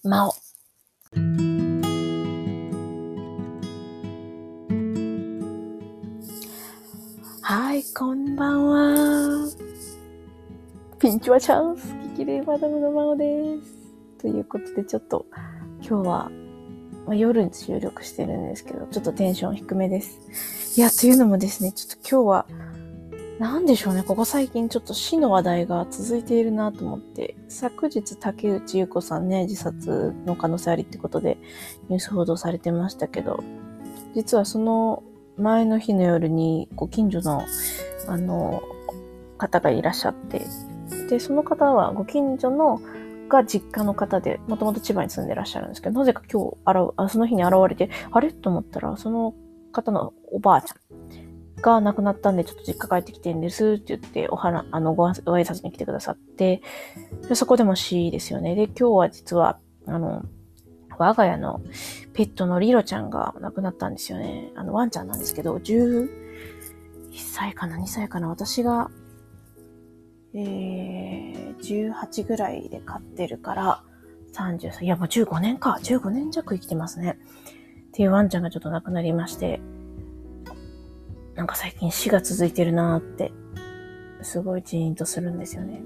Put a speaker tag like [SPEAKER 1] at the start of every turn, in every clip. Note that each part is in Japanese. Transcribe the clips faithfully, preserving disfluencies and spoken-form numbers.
[SPEAKER 1] 魔王。はい、こんばんは。ピンチはチャンス。激励マダムの魔王です。ということで、ちょっと今日は、まあ、夜に収録してるんですけど、ちょっとテンション低めです。いや、というのもですね、ちょっと今日は、なんでしょうね、ここ最近ちょっと死の話題が続いているなと思って、昨日竹内優子さんね、自殺の可能性ありってことでニュース報道されてましたけど、実はその前の日の夜にご近所のあの方がいらっしゃって、で、その方はご近所のが実家の方で、もともと千葉に住んでらっしゃるんですけど、なぜか今日あらあその日に現れて、あれと思ったら、その方のおばあちゃんが亡くなったんで、ちょっと実家帰ってきてるんですって言って、お花、あの、ご挨拶に来てくださって、でそこでも死ですよね。で、今日は実は、あの、我が家のペットのリロちゃんが亡くなったんですよね。あの、ワンちゃんなんですけど、じゅういっさいかな、にさいかな、私が、えー、じゅうはちぐらいで飼ってるから、さんじゅうさん、いやもうじゅうごねんか、じゅうごねん弱生きてますね。っていうワンちゃんがちょっと亡くなりまして、なんか最近死が続いてるなーって、すごいジーンとするんですよね。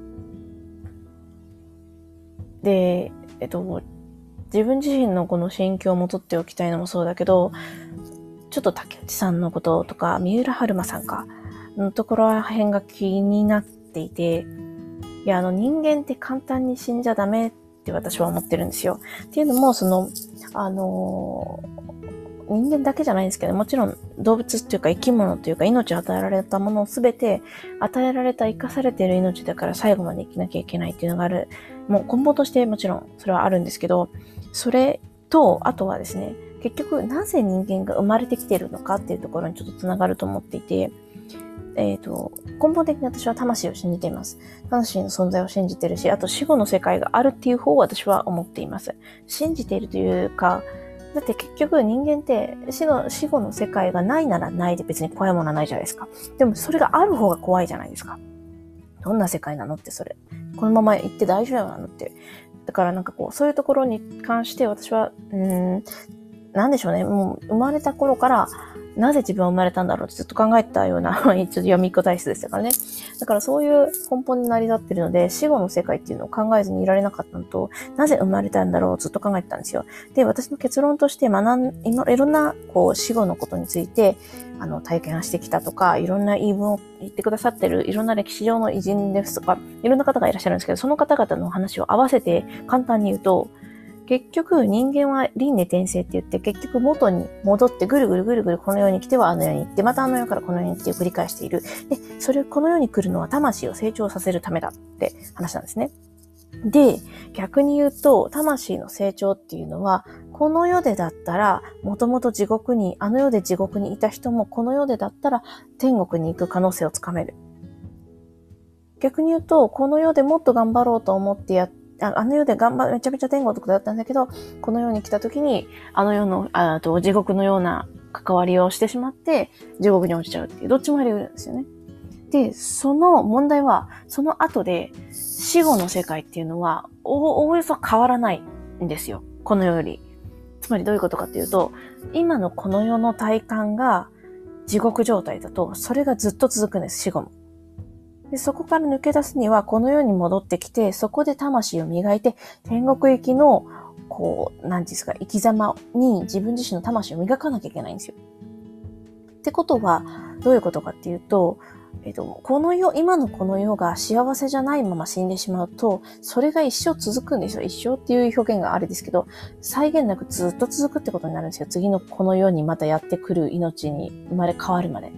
[SPEAKER 1] で、えっと、自分自身のこの心境も取っておきたいのもそうだけど、ちょっと竹内さんのこととか、三浦春馬さんか、のところら辺が気になっていて、いや、あの人間って簡単に死んじゃダメって私は思ってるんですよ。っていうのも、その、あのー、人間だけじゃないんですけど、もちろん動物っていうか生き物というか命を与えられたものをすべて与えられた生かされている命だから最後まで生きなきゃいけないっていうのがある。もう根本としてもちろんそれはあるんですけど、それと、あとはですね、結局なぜ人間が生まれてきているのかっていうところにちょっとつながると思っていて、えっと、根本的に私は魂を信じています。魂の存在を信じてるし、あと死後の世界があるっていう方を私は思っています。信じているというか、だって結局人間って死の、死後の世界がないならないで別に怖いものはないじゃないですか。でもそれがある方が怖いじゃないですか。どんな世界なのってそれ。このまま行って大丈夫なのって。だからなんかこう、そういうところに関して私は、うーん、なんでしょうね。もう生まれた頃からなぜ自分は生まれたんだろうってずっと考えたような、ちょっと闇っ子体質でしたからね。だからそういう根本に成り立ってるので、死後の世界っていうのを考えずにいられなかったのと、なぜ生まれたんだろうずっと考えてたんですよ。で、私の結論として学ん、いろんなこう死後のことについて、あの、体験してきたとか、いろんな言い分を言ってくださってる、いろんな歴史上の偉人ですとか、いろんな方がいらっしゃるんですけど、その方々の話を合わせて簡単に言うと、結局人間は輪廻転生って言って結局元に戻ってぐるぐるぐるぐるこの世に来てはあの世に行ってまたあの世からこの世に来て繰り返している。で、それこの世に来るのは魂を成長させるためだって話なんですね。で、逆に言うと魂の成長っていうのはこの世でだったらもともと地獄に、あの世で地獄にいた人もこの世でだったら天国に行く可能性をつかめる。逆に言うとこの世でもっと頑張ろうと思ってやってあ, あの世で頑張めちゃめちゃ天国だったんだけど、この世に来た時に、あの世の、あと地獄のような関わりをしてしまって、地獄に落ちちゃうっていう、どっちもあり得るんですよね。で、その問題は、その後で、死後の世界っていうのは、お、およそ変わらないんですよ。この世より。つまりどういうことかっていうと、今のこの世の体感が地獄状態だと、それがずっと続くんです、死後も。で、そこから抜け出すには、この世に戻ってきて、そこで魂を磨いて、天国行きの、こう、なんですか、生き様に自分自身の魂を磨かなきゃいけないんですよ。ってことは、どういうことかっていうと、えっと、この世、今のこの世が幸せじゃないまま死んでしまうと、それが一生続くんですよ。一生っていう表現があるんですけど、際限なくずっと続くってことになるんですよ。次のこの世にまたやってくる命に生まれ変わるまで。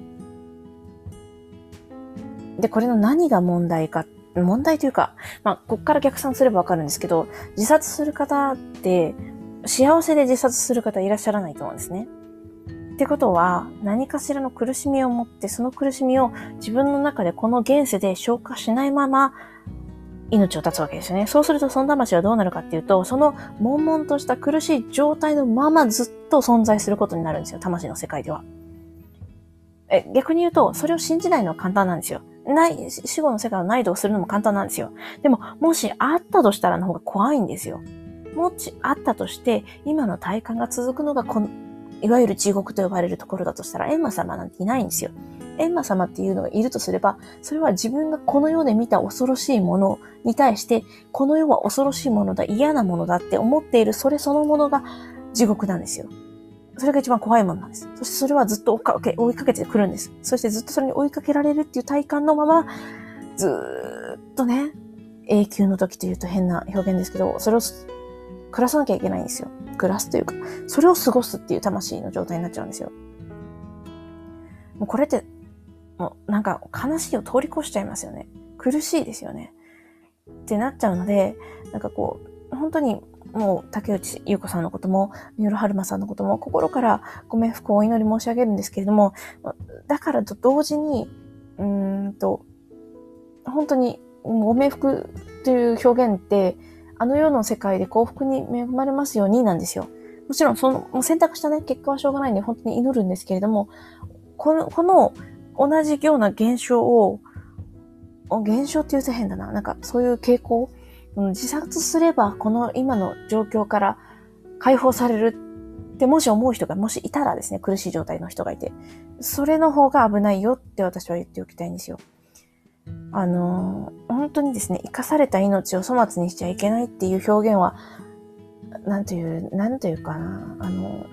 [SPEAKER 1] で、これの何が問題か、問題というか、まあ、こっから逆算すればわかるんですけど、自殺する方って、幸せで自殺する方いらっしゃらないと思うんですね。ってことは、何かしらの苦しみを持って、その苦しみを自分の中でこの現世で消化しないまま、命を絶つわけですよね。そうするとその魂はどうなるかっていうと、その悶々とした苦しい状態のままずっと存在することになるんですよ。魂の世界では。え、逆に言うと、それを信じないのは簡単なんですよ。ない、死後の世界をないとするのも簡単なんですよ。でも、もしあったとしたらの方が怖いんですよ。 もしあったとして、今の体感が続くのがこの、いわゆる地獄と呼ばれるところだとしたら、閻魔様なんていないんですよ。閻魔様っていうのがいるとすれば、それは自分がこの世で見た恐ろしいものに対して、この世は恐ろしいものだ、嫌なものだって思っている、それそのものが地獄なんですよ。それが一番怖いものなんです。そしてそれはずっと追いかけ、追いかけてくるんです。そしてずっとそれに追いかけられるっていう体感のまま、ずーっとね、永久の時というと変な表現ですけど、それを暮らさなきゃいけないんですよ。暮らすというか、それを過ごすっていう魂の状態になっちゃうんですよ。もうこれって、もうなんか悲しいを通り越しちゃいますよね。苦しいですよね。ってなっちゃうので、なんかこう、本当にもう竹内優子さんのことも、三浦春馬さんのことも心からご冥福をお祈り申し上げるんですけれども、だからと同時に、うーんと、本当にご冥福という表現って、あの世の世界で幸福に恵まれますようになんですよ。もちろんそのもう選択したね、結果はしょうがないんで本当に祈るんですけれども、この、この同じような現象を、現象って言うと変だな。なんかそういう傾向、自殺すればこの今の状況から解放されるってもし思う人がもしいたらですね、苦しい状態の人がいて、それの方が危ないよって私は言っておきたいんですよ。あのー、本当にですね、生かされた命を粗末にしちゃいけないっていう表現は、なんという、なんというかな、あの、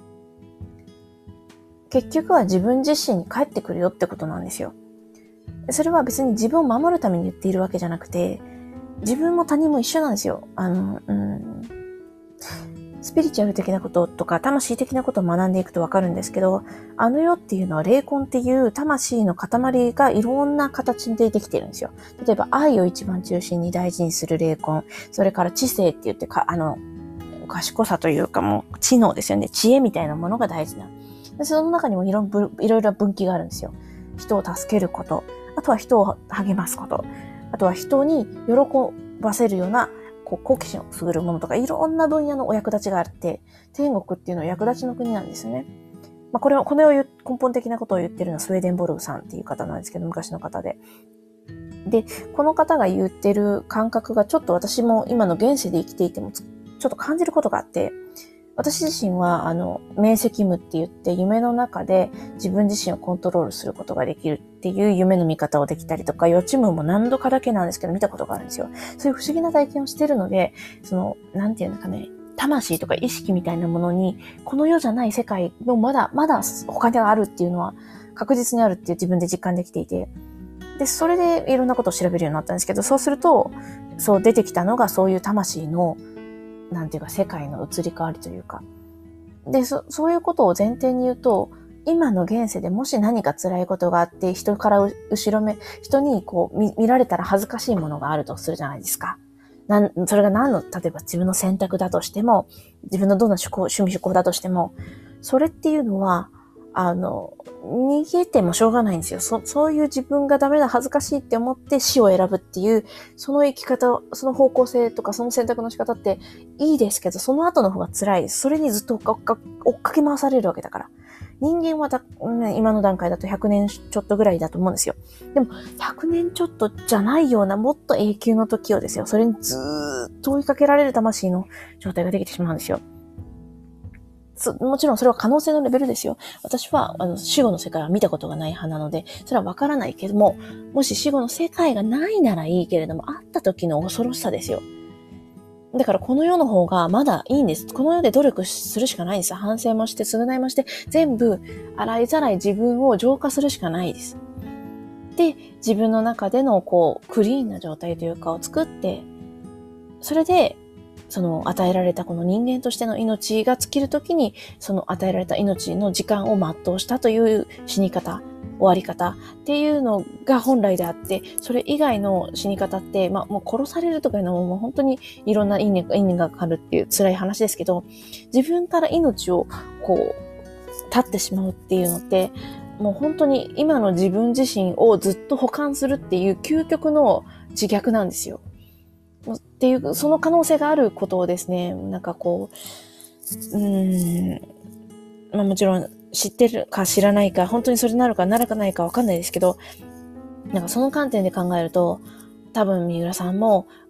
[SPEAKER 1] 結局は自分自身に返ってくるよってことなんですよ。それは別に自分を守るために言っているわけじゃなくて、自分も他人も一緒なんですよ。あの、うん、スピリチュアル的なこととか魂的なことを学んでいくとわかるんですけど、あの世っていうのは霊魂っていう魂の塊がいろんな形でできてるんですよ。例えば愛を一番中心に大事にする霊魂、それから知性って言ってか、あの、賢さというかもう知能ですよね。知恵みたいなものが大事な。でその中にもいろいろいろ分岐があるんですよ。人を助けること、あとは人を励ますこと、あとは人に喜ばせるようなこう好奇心をくすぐるものとか、いろんな分野のお役立ちがあって、天国っていうのは役立ちの国なんですよね。まあ、これを、これを根本的なことを言ってるのはスウェーデンボルグさんっていう方なんですけど、昔の方で。で、この方が言ってる感覚がちょっと私も今の現世で生きていてもちょっと感じることがあって、私自身は、あの、明晰夢って言って夢の中で自分自身をコントロールすることができるっていう夢の見方をできたりとか、予知夢も何度かだけなんですけど見たことがあるんですよ。そういう不思議な体験をしてるので、その、なんていうんですかね、魂とか意識みたいなものに、この世じゃない世界のまだ、まだ他にあるっていうのは確実にあるっていう自分で実感できていて、で、それでいろんなことを調べるようになったんですけど、そうすると、そう出てきたのがそういう魂のなんていうか世界の移り変わりというか。で、そ、そういうことを前提に言うと、今の現世でもし何か辛いことがあって、人から後ろめ、人にこう見、見られたら恥ずかしいものがあるとするじゃないですか。なん、それが何の、例えば自分の選択だとしても、自分のどんな趣向、趣味趣向だとしても、それっていうのは、あの、逃げてもしょうがないんですよ。そ、そういう自分がダメだ、恥ずかしいって思って死を選ぶっていう、その生き方、その方向性とかその選択の仕方っていいですけど、その後の方が辛いです。それにずっと追っかか追っかけ回されるわけだから。人間はだ、ね、今の段階だとひゃくねんちょっとぐらいだと思うんですよ。でも、ひゃくねんちょっとじゃないような、もっと永久の時をですよ。それにずーっと追いかけられる魂の状態ができてしまうんですよ。もちろんそれは可能性のレベルですよ。私はあの死後の世界は見たことがない派なので、それはわからないけども、もし死後の世界がないならいいけれども、あった時の恐ろしさですよ。だからこの世の方がまだいいんです。この世で努力するしかないんです。反省もして、償いもして、全部洗いざらい自分を浄化するしかないです。で、自分の中でのこう、クリーンな状態というかを作って、それで、その与えられたこの人間としての命が尽きるときに、その与えられた命の時間を全うしたという死に方、終わり方っていうのが本来であって、それ以外の死に方って、まあもう殺されるとかいうのももう本当にいろんな因縁が、因縁がかかるっていう辛い話ですけど、自分から命をこう、絶ってしまうっていうのって、もう本当に今の自分自身をずっと補完するっていう究極の自虐なんですよ。っていう、その可能性があることをですね、なんかこう、うーん、まあもちろん知ってるか知らないか、本当にそれなるかならないかわかんないですけど、なんかその観点で考えると、多分三浦さんも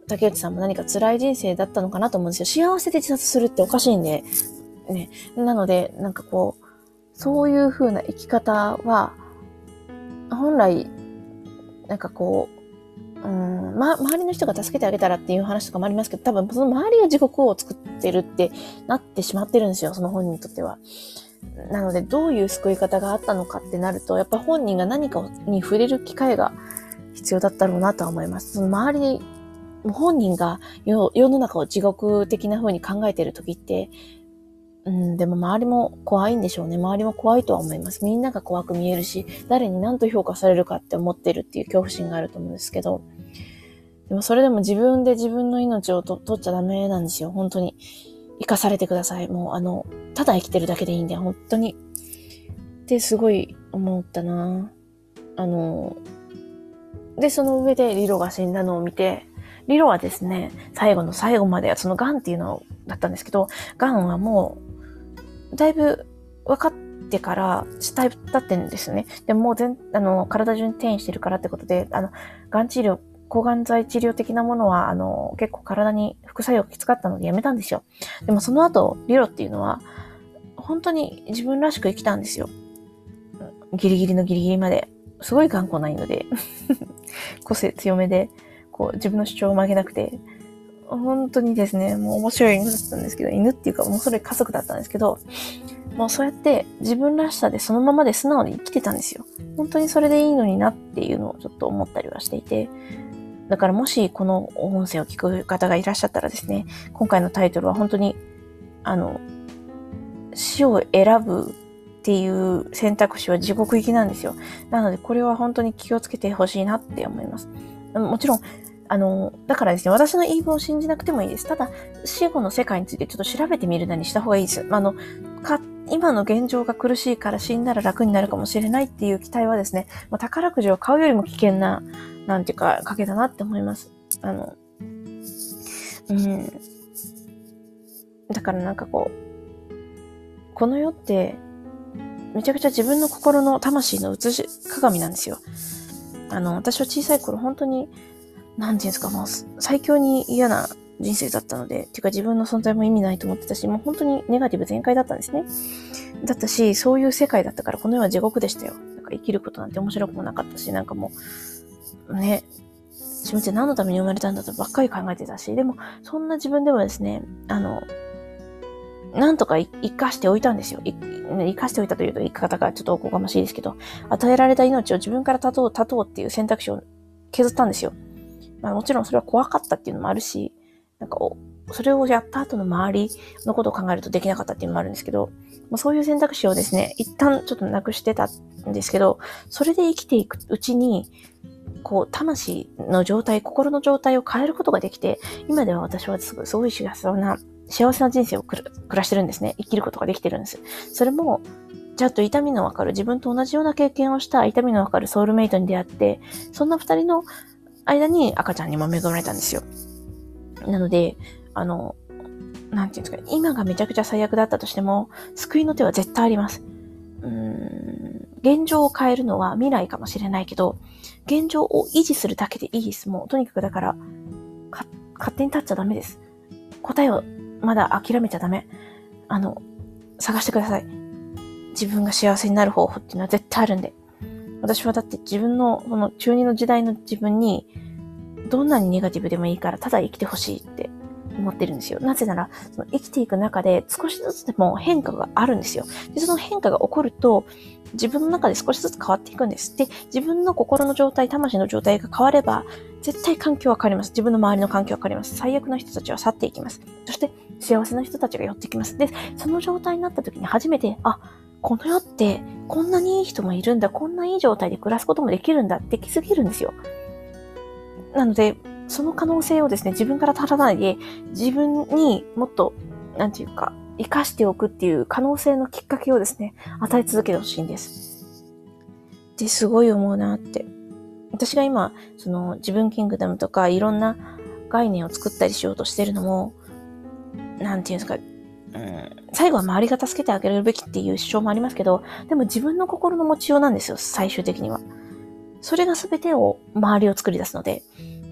[SPEAKER 1] 竹内さんも何か辛い人生だったのかなと思うんですよ。幸せで自殺するっておかしいんで、ね。なので、なんかこう、そういう風な生き方は、本来、なんかこう、うん、ま、周りの人が助けてあげたらっていう話とかもありますけど、多分その周りが地獄を作ってるってなってしまってるんですよ、その本人にとっては。なので、どういう救い方があったのかってなると、やっぱ本人が何かに触れる機会が必要だったろうなとは思います。その周りに、本人が世、世の中を地獄的な風に考えてる時って、うん、でも周りも怖いんでしょうね。周りも怖いとは思います。みんなが怖く見えるし、誰に何と評価されるかって思ってるっていう恐怖心があると思うんですけど、でもそれでも自分で自分の命をと取っちゃダメなんですよ。本当に。生かされてください。もうあの、ただ生きてるだけでいいんで、本当に。ってすごい思ったな。あの、で、その上でリロが死んだのを見て、リロはですね、最後の最後まで、その癌っていうのだったんですけど、癌はもう、だいぶ分かってから、だいぶ経ってるんですよね。でももう全、あの、体中に転移してるからってことで、あの、癌治療、抗がん剤治療的なものは、あの、結構体に副作用がきつかったのでやめたんですよ。でもその後、リロっていうのは、本当に自分らしく生きたんですよ。ギリギリのギリギリまで。すごい頑固ないので、個性強めで、こう、自分の主張を曲げなくて、本当にですね、もう面白い犬だったんですけど、犬っていうか、もうそれ家族だったんですけど、もうそうやって自分らしさでそのままで素直に生きてたんですよ。本当にそれでいいのになっていうのをちょっと思ったりはしていて、だからもしこの音声を聞く方がいらっしゃったらですね、今回のタイトルは本当に、あの、死を選ぶっていう選択肢は地獄行きなんですよ。なのでこれは本当に気をつけてほしいなって思います。もちろん、あの、だからですね、私の言い分を信じなくてもいいです。ただ、死後の世界についてちょっと調べてみるなりした方がいいです。あの、か、今の現状が苦しいから死んだら楽になるかもしれないっていう期待はですね、まあ、宝くじを買うよりも危険な、なんていうか、賭けだなって思います。あの、うん。だからなんかこう、この世って、めちゃくちゃ自分の心の魂の映し鏡なんですよ。あの、私は小さい頃本当に、なんていうんですか、もう最強に嫌な人生だったので、ていうか自分の存在も意味ないと思ってたし、もう本当にネガティブ全開だったんですね。だったし、そういう世界だったからこの世は地獄でしたよ。なんか生きることなんて面白くもなかったし、なんかもう、ね、自分って何のために生まれたんだとばっかり考えてたし、でも、そんな自分でもですね、あの、なんとか生かしておいたんですよ。生かしておいたというと言い方がちょっとおこがましいですけど、与えられた命を自分から絶とう、絶とうっていう選択肢を削ったんですよ。まあもちろんそれは怖かったっていうのもあるし、なんかお、それをやった後の周りのことを考えるとできなかったっていうのもあるんですけど、まあ、そういう選択肢をですね、一旦ちょっとなくしてたんですけど、それで生きていくうちに、こう、魂の状態、心の状態を変えることができて、今では私はすごい、すごい幸せな、幸せな人生を暮らしてるんですね。生きることができてるんです。それも、ちゃんと痛みのわかる、自分と同じような経験をした痛みのわかるソウルメイトに出会って、そんな二人の間に赤ちゃんにも恵まれたんですよ。なので、あの、なんていうんですか、今がめちゃくちゃ最悪だったとしても、救いの手は絶対あります。うーん、現状を変えるのは未来かもしれないけど、現状を維持するだけでいいです。もう、とにかくだから、か勝手に立っちゃダメです。答えをまだ諦めちゃダメ。あの、探してください。自分が幸せになる方法っていうのは絶対あるんで。私はだって自分の、この中二の時代の自分に、どんなにネガティブでもいいから、ただ生きてほしいって思ってるんですよ。なぜなら、その生きていく中で少しずつでも変化があるんですよ。で、その変化が起こると、自分の中で少しずつ変わっていくんです。で、自分の心の状態、魂の状態が変われば、絶対環境は変わります。自分の周りの環境は変わります。最悪な人たちは去っていきます。そして、幸せな人たちが寄ってきます。で、その状態になった時に初めて、あ、この世ってこんなにいい人もいるんだ、こんないい状態で暮らすこともできるんだって気づけるんですよ。なので、その可能性をですね、自分から足らないで、自分にもっと、なんていうか、生かしておくっていう可能性のきっかけをですね、与え続けてほしいんです。ってすごい思うなって。私が今、その自分キングダムとかいろんな概念を作ったりしようとしてるのも、なんていうんですか、うん、最後は周りが助けてあげるべきっていう主張もありますけど、でも自分の心の持ちようなんですよ、最終的には。それが全てを、周りを作り出すので、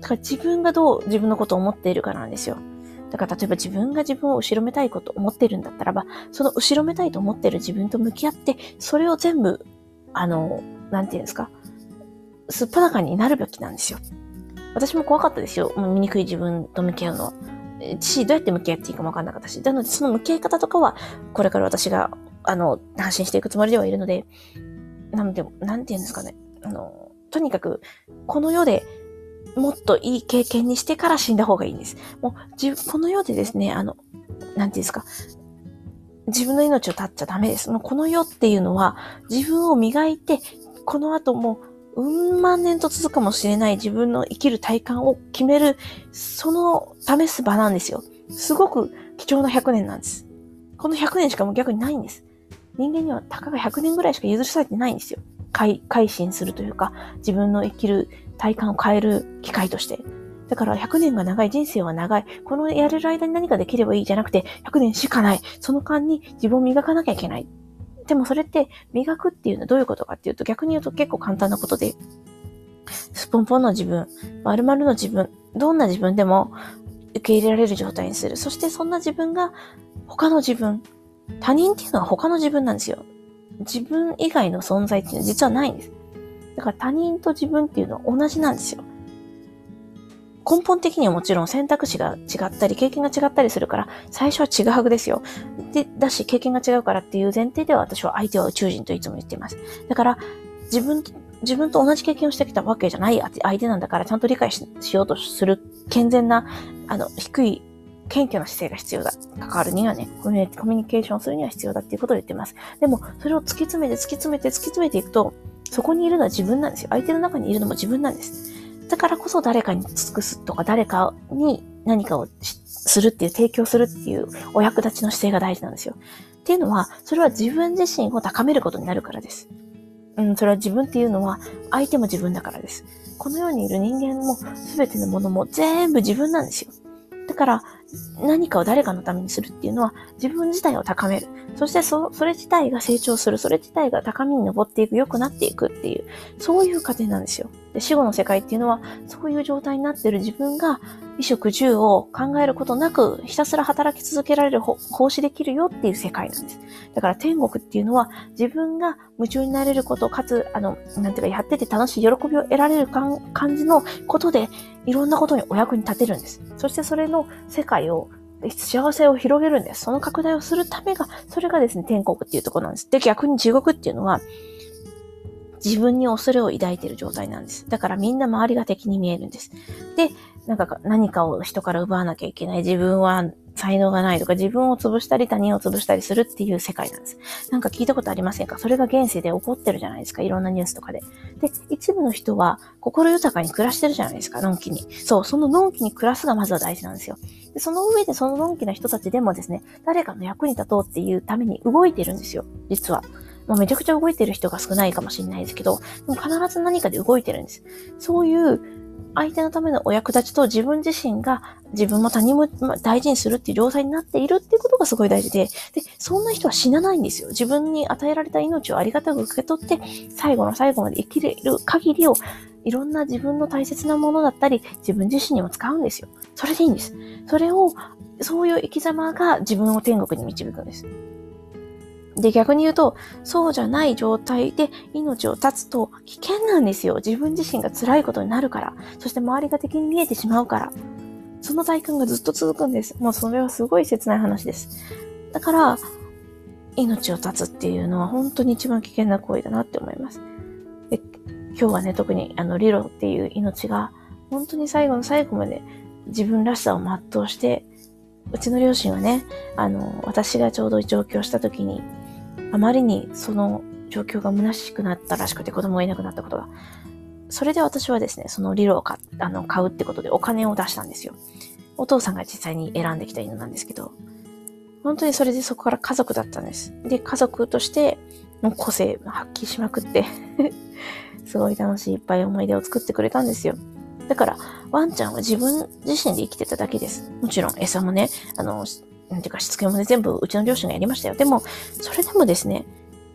[SPEAKER 1] だから自分がどう自分のことを思っているかなんですよ。だから例えば自分が自分を後ろめたいことを思ってるんだったらば、その後ろめたいと思ってる自分と向き合って、それを全部、あの、なんていうんですか、すっぱだかになるべきなんですよ。私も怖かったですよ。もう醜い自分と向き合うのは。し、どうやって向き合っていいかもわかんなかったし。なので、その向き合い方とかは、これから私が、あの、発信していくつもりではいるので、なので、なんていうんですかね。あの、とにかく、この世で、もっといい経験にしてから死んだ方がいいんです。もう、自この世でですね、あの、なんていうんですか、自分の命を絶っちゃダメです。もうこの世っていうのは、自分を磨いて、この後も、うん万年と続くかもしれない自分の生きる体感を決める、その試す場なんですよ。すごく貴重なひゃくねんなんです。このひゃくねんしかもう逆にないんです。人間にはたかがひゃくねんぐらいしか許されてないんですよ。改、改心するというか、自分の生きる体感を変える機会として。だからひゃくねんが長い、人生は長い。このやれる間に何かできればいいじゃなくて、ひゃくねんしかない。その間に自分を磨かなきゃいけない。でもそれって磨くっていうのはどういうことかっていうと、逆に言うと結構簡単なことで、スポンポンの自分、丸々の自分、どんな自分でも受け入れられる状態にする。そしてそんな自分が他の自分、他人っていうのは他の自分なんですよ。自分以外の存在っていうのは実はないんです。だから他人と自分っていうのは同じなんですよ。根本的にはもちろん選択肢が違ったり、経験が違ったりするから、最初はちぐはぐですよ。で、だし、経験が違うからっていう前提では私は相手は宇宙人といつも言っています。だから、自分、自分と同じ経験をしてきたわけじゃない相手なんだから、ちゃんと理解 し, しようとする健全な、あの、低い、謙虚な姿勢が必要だ。関わるにはね、コミュニケーションするには必要だっていうことを言ってます。でも、それを突き詰めて突き詰めて突き詰めていくと、そこにいるのは自分なんですよ。相手の中にいるのも自分なんです。だからこそ誰かに尽くすとか、誰かに何かをするっていう、提供するっていうお役立ちの姿勢が大事なんですよ。っていうのは、それは自分自身を高めることになるからです。うん、それは自分っていうのは相手も自分だからです。この世にいる人間も全てのものも全部自分なんですよ。だから何かを誰かのためにするっていうのは自分自体を高める。そしてそ、それ自体が成長する。それ自体が高みに登っていく、良くなっていくっていう、そういう過程なんですよ。で、死後の世界っていうのは、そういう状態になっている自分が、衣食住を考えることなく、ひたすら働き続けられる、奉仕できるよっていう世界なんです。だから天国っていうのは、自分が夢中になれること、かつ、あの、なんていうか、やってて楽しい喜びを得られる感じのことで、いろんなことにお役に立てるんです。そしてそれの世界を、幸せを広げるんです。その拡大をするためが、それがですね、天国っていうところなんです。で、逆に地獄っていうのは、自分に恐れを抱いている状態なんです。だからみんな周りが敵に見えるんです。で、なんか何かを人から奪わなきゃいけない。自分は才能がないとか、自分を潰したり他人を潰したりするっていう世界なんです。なんか聞いたことありませんか？それが現世で起こってるじゃないですか。いろんなニュースとかで。で、一部の人は心豊かに暮らしてるじゃないですか。のんきに。そう、そののんきに暮らすがまずは大事なんですよ。で、その上でそののんきな人たちでもですね、誰かの役に立とうっていうために動いてるんですよ。実は。まあ、めちゃくちゃ動いてる人が少ないかもしれないですけど、でも必ず何かで動いてるんです。そういう相手のためのお役立ちと自分自身が自分も他人も大事にするっていう状態になっているっていうことがすごい大事で、で、そんな人は死なないんですよ。自分に与えられた命をありがたく受け取って、最後の最後まで生きれる限りをいろんな自分の大切なものだったり、自分自身にも使うんですよ。それでいいんです。それを、そういう生き様が自分を天国に導くんです。で、逆に言うと、そうじゃない状態で命を絶つと危険なんですよ。自分自身が辛いことになるから。そして周りが敵に見えてしまうから。その体感がずっと続くんです。もうそれはすごい切ない話です。だから、命を絶つっていうのは本当に一番危険な行為だなって思います。で、今日はね、特にあの、リロっていう命が本当に最後の最後まで自分らしさを全うして、うちの両親はね、あの、私がちょうど上京した時に、あまりにその状況が虚しくなったらしくて、子供がいなくなったことが。それで私はですね、そのリロを買あの買うってことでお金を出したんですよ。お父さんが実際に選んできた犬なんですけど、本当にそれでそこから家族だったんです。で、家族としての個性発揮しまくって、すごい楽しいいっぱい思い出を作ってくれたんですよ。だから、ワンちゃんは自分自身で生きてただけです。もちろん餌もね、あの、なんていうかしつけもね、全部うちの両親がやりましたよ。でも、それでもですね、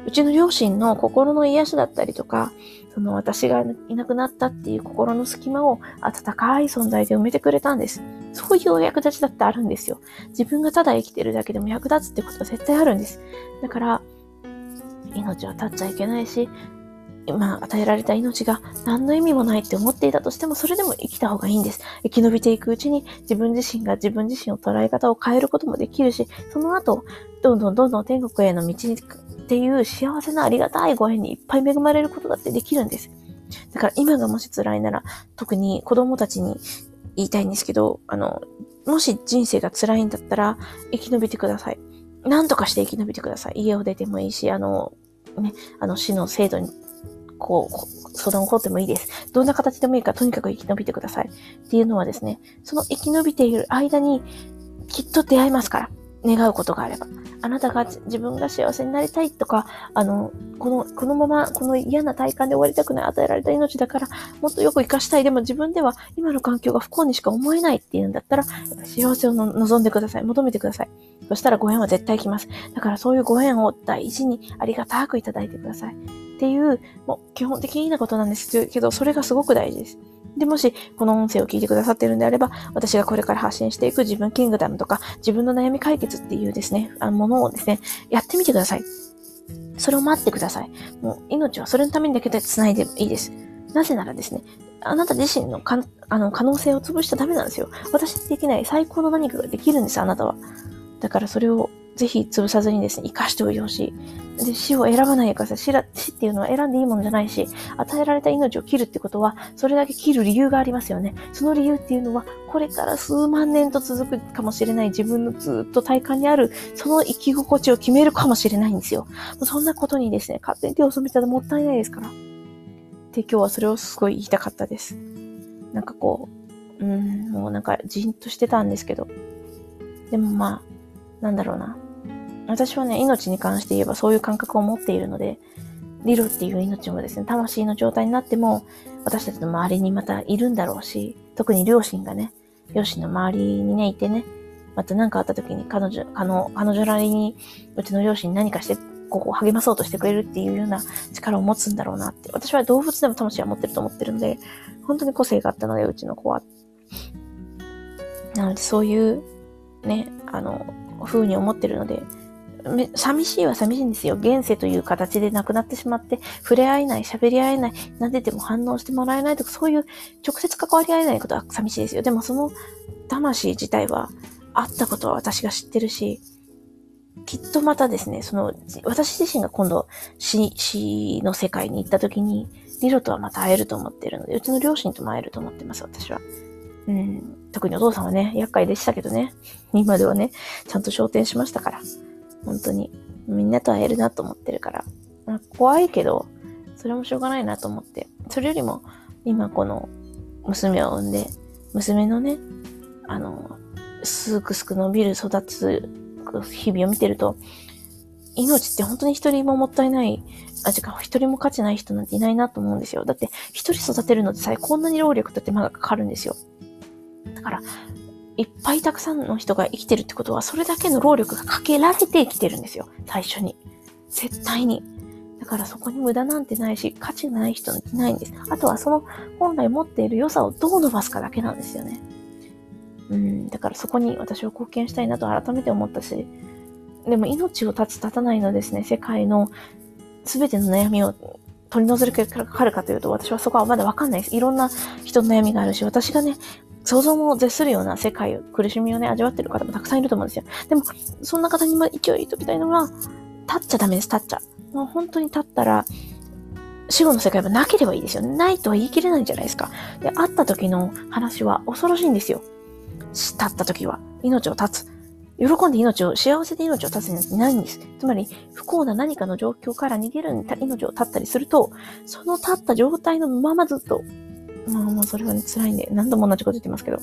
[SPEAKER 1] うちの両親の心の癒しだったりとか、その私がいなくなったっていう心の隙間を温かい存在で埋めてくれたんです。そういうお役立ちだってあるんですよ。自分がただ生きてるだけでも役立つってことは絶対あるんです。だから、命は絶っちゃいけないし、今与えられた命が何の意味もないって思っていたとしても、それでも生きた方がいいんです。生き延びていくうちに自分自身が自分自身を捉え方を変えることもできるし、その後、どんどんどんどん天国への道にっていう幸せなありがたいご縁にいっぱい恵まれることだってできるんです。だから今がもし辛いなら、特に子供たちに言いたいんですけど、あの、もし人生が辛いんだったら生き延びてください。何とかして生き延びてください。家を出てもいいし、あの、ね、あの死の制度にこう、相談を起こってもいいです。どんな形でもいいからとにかく生き延びてください。っていうのはですね、その生き延びている間にきっと出会いますから。願うことがあれば。あなたが自分が幸せになりたいとか、あの、この、このまま、この嫌な体感で終わりたくない、与えられた命だから、もっとよく生かしたい。でも自分では今の環境が不幸にしか思えないっていうんだったら、幸せをの望んでください。求めてください。そしたらご縁は絶対来ます。だからそういうご縁を大事にありがたくいただいてください。っていう、もう基本的なことなんですけど、それがすごく大事です。で、もし、この音声を聞いてくださっているんであれば、私がこれから発信していく自分キングダムとか、自分の悩み解決っていうですね、あのものをですね、やってみてください。それを待ってください。もう、命はそれのためにだけで繋いでもいいです。なぜならですね、あなた自身のかあの可能性を潰しちゃダメなんですよ。私にできない最高の何かができるんです、あなたは。だからそれをぜひ潰さずにですね、生かしておいてほしい。で、死を選ばないでください。死ら、死っていうのは選んでいいものじゃないし、与えられた命を切るってことは、それだけ切る理由がありますよね。その理由っていうのは、これから数万年と続くかもしれない自分のずっと体感にある、その生き心地を決めるかもしれないんですよ。そんなことにですね、勝手に手を染めたらもったいないですから。で、今日はそれをすごい言いたかったです。なんかこう、うーん、もうなんかじんとしてたんですけど。でもまあ、なんだろうな。私はね、命に関して言えばそういう感覚を持っているので、リロっていう命もですね、魂の状態になっても、私たちの周りにまたいるんだろうし、特に両親がね、両親の周りにね、いてね、また何かあった時に彼女、彼女、彼女なりに、うちの両親に何かして、こう励まそうとしてくれるっていうような力を持つんだろうなって。私は動物でも魂は持ってると思ってるので、本当に個性があったので、うちの子は。なので、そういう、ね、あの、風に思ってるので、寂しいは寂しいんですよ。現世という形で亡くなってしまって、触れ合えない、喋り合えない、撫でても反応してもらえないとか、そういう直接関わり合えないことは寂しいですよ。でもその魂自体は、あったことは私が知ってるし、きっとまたですね、その、私自身が今度死、死の世界に行った時に、リロとはまた会えると思っているので、うちの両親とも会えると思ってます、私は。うん、特にお父さんはね、厄介でしたけどね、今ではね、ちゃんと昇天しましたから。本当にみんなと会えるなと思ってるから、まあ、怖いけどそれもしょうがないなと思って、それよりも今この娘を産んで、娘のね、あのすくすく伸びる育つ日々を見てると、命って本当に一人ももったいない、あ、違う、一人も価値ない人なんていないなと思うんですよ。だって一人育てるのってさえこんなに労力と手間がかかるんですよ。だからいっぱいたくさんの人が生きてるってことは、それだけの労力がかけられて生きてるんですよ。最初に。絶対に。だからそこに無駄なんてないし、価値がない人なんていないんです。あとはその本来持っている良さをどう伸ばすかだけなんですよね。うん、だからそこに私は貢献したいなと改めて思ったし、でも命を絶つ絶たないのですね、世界の全ての悩みを取り除けるかというと、私はそこはまだわかんないです。いろんな人の悩みがあるし、私がね、想像も絶するような世界を、苦しみをね、味わってる方もたくさんいると思うんですよ。でも、そんな方にも勢い言っときたいのは、立っちゃダメです、立っちゃ。もう本当に立ったら、死後の世界はなければいいですよ。ないとは言い切れないんじゃないですか。で、会った時の話は恐ろしいんですよ。立った時は、命を絶つ。喜んで命を、幸せで命を絶つなんてないんです。つまり、不幸な何かの状況から逃げるに命を絶ったりすると、その立った状態のままずっと、まあもうそれはね、辛いんで、何度も同じこと言ってますけど。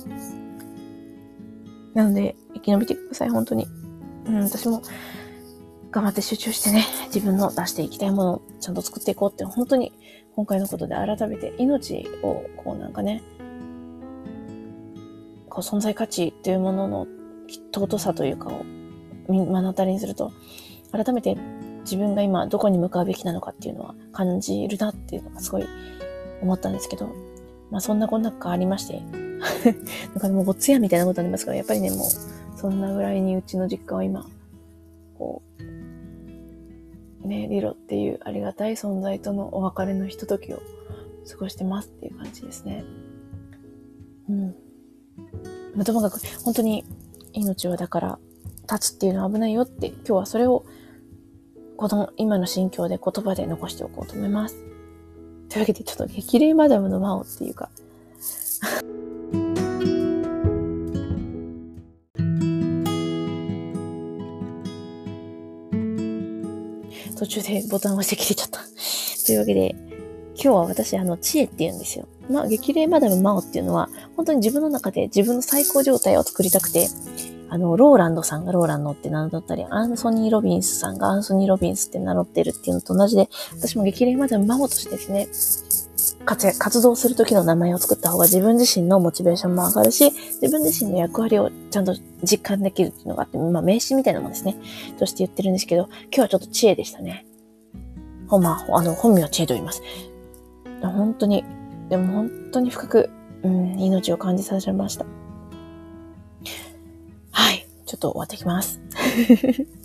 [SPEAKER 1] なので、生き延びてください、本当に。うん、私も、頑張って集中してね、自分の出していきたいものをちゃんと作っていこうって、本当に、今回のことで改めて、命を、こうなんかね、こう存在価値というものの尊さというかを目の当たりにすると、改めて自分が今どこに向かうべきなのかっていうのは感じるなっていうのがすごい思ったんですけど、まあそんなこんながありまして、なんかもうごつやみたいなことありますから、やっぱりね、もうそんなぐらいにうちの実家は今、こう、ね、リロっていうありがたい存在とのお別れのひとときを過ごしてますっていう感じですね。うん。まあ、ともかく本当に命はだから立つっていうのは危ないよって、今日はそれをこの今の心境で言葉で残しておこうと思います。というわけでちょっと激励マダムの魔王っていうか途中でボタンを押して切れちゃった。というわけで、今日は私、あの、知恵って言うんですよ。まあ、激励マダムマオっていうのは、本当に自分の中で自分の最高状態を作りたくて、あの、ローランドさんがローランドって名乗ったり、アンソニー・ロビンスさんがアンソニー・ロビンスって名乗ってるっていうのと同じで、私も激励マダムマオとしてですね、活躍、活動する時の名前を作った方が自分自身のモチベーションも上がるし、自分自身の役割をちゃんと実感できるっていうのがあって、まあ名詞みたいなもんですね。として言ってるんですけど、今日はちょっと知恵でしたね。ほんま、あの、本名は知恵と言います。本当に、でも本当に深く、うん、命を感じさせました。はい、ちょっと終わってきます。